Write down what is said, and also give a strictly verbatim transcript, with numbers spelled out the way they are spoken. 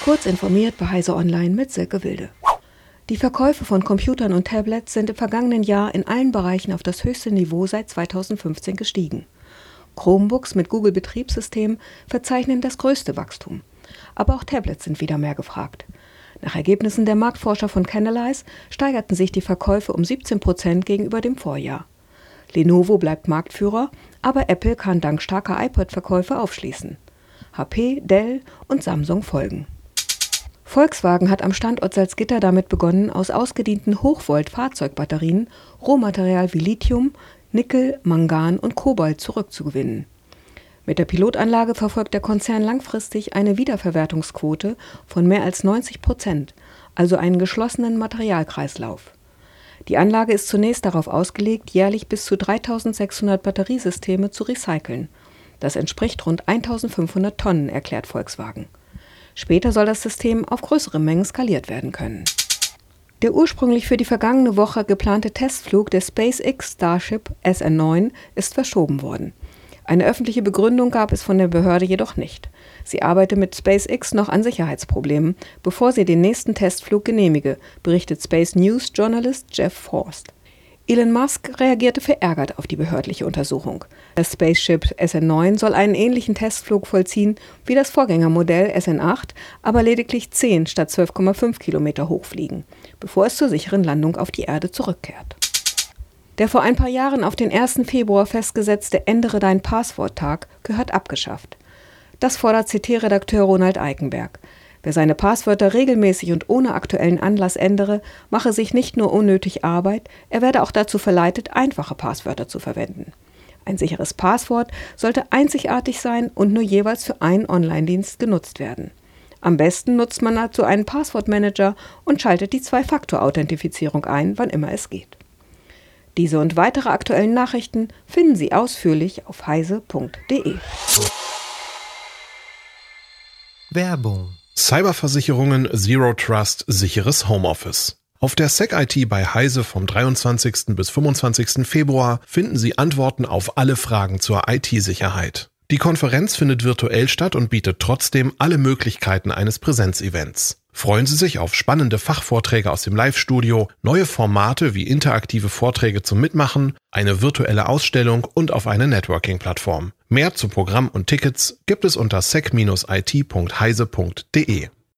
Kurz informiert bei Heise Online mit Silke Wilde. Die Verkäufe von Computern und Tablets sind im vergangenen Jahr in allen Bereichen auf das höchste Niveau seit zweitausendfünfzehn gestiegen. Chromebooks mit Google-Betriebssystem verzeichnen das größte Wachstum. Aber auch Tablets sind wieder mehr gefragt. Nach Ergebnissen der Marktforscher von Canalys steigerten sich die Verkäufe um siebzehn Prozent gegenüber dem Vorjahr. Lenovo bleibt Marktführer, aber Apple kann dank starker iPod-Verkäufe aufschließen. H P, Dell und Samsung folgen. Volkswagen hat am Standort Salzgitter damit begonnen, aus ausgedienten Hochvolt-Fahrzeugbatterien Rohmaterial wie Lithium, Nickel, Mangan und Kobalt zurückzugewinnen. Mit der Pilotanlage verfolgt der Konzern langfristig eine Wiederverwertungsquote von mehr als neunzig Prozent, also einen geschlossenen Materialkreislauf. Die Anlage ist zunächst darauf ausgelegt, jährlich bis zu dreitausendsechshundert Batteriesysteme zu recyceln. Das entspricht rund eintausendfünfhundert Tonnen, erklärt Volkswagen. Später soll das System auf größere Mengen skaliert werden können. Der ursprünglich für die vergangene Woche geplante Testflug des SpaceX Starship S N neun ist verschoben worden. Eine öffentliche Begründung gab es von der Behörde jedoch nicht. Sie arbeite mit SpaceX noch an Sicherheitsproblemen, bevor sie den nächsten Testflug genehmige, berichtet Space News Journalist Jeff Forst. Elon Musk reagierte verärgert auf die behördliche Untersuchung. Das Spaceship S N neun soll einen ähnlichen Testflug vollziehen wie das Vorgängermodell S N acht, aber lediglich zehn statt zwölf Komma fünf Kilometer hoch fliegen, bevor es zur sicheren Landung auf die Erde zurückkehrt. Der vor ein paar Jahren auf den ersten Februar festgesetzte Ändere dein Passwort-Tag gehört abgeschafft. Das fordert C T-Redakteur Ronald Eikenberg. Wer seine Passwörter regelmäßig und ohne aktuellen Anlass ändere, mache sich nicht nur unnötig Arbeit, er werde auch dazu verleitet, einfache Passwörter zu verwenden. Ein sicheres Passwort sollte einzigartig sein und nur jeweils für einen Online-Dienst genutzt werden. Am besten nutzt man dazu einen Passwortmanager und schaltet die Zwei-Faktor-Authentifizierung ein, wann immer es geht. Diese und weitere aktuellen Nachrichten finden Sie ausführlich auf heise punkt de. Werbung. Cyberversicherungen, Zero Trust, sicheres Homeoffice. Auf der S E C I T bei Heise vom dreiundzwanzigsten bis fünfundzwanzigsten Februar finden Sie Antworten auf alle Fragen zur I T-Sicherheit. Die Konferenz findet virtuell statt und bietet trotzdem alle Möglichkeiten eines Präsenzevents. Freuen Sie sich auf spannende Fachvorträge aus dem Live-Studio, neue Formate wie interaktive Vorträge zum Mitmachen, eine virtuelle Ausstellung und auf eine Networking-Plattform. Mehr zu Programm und Tickets gibt es unter sec dash I T punkt heise punkt de.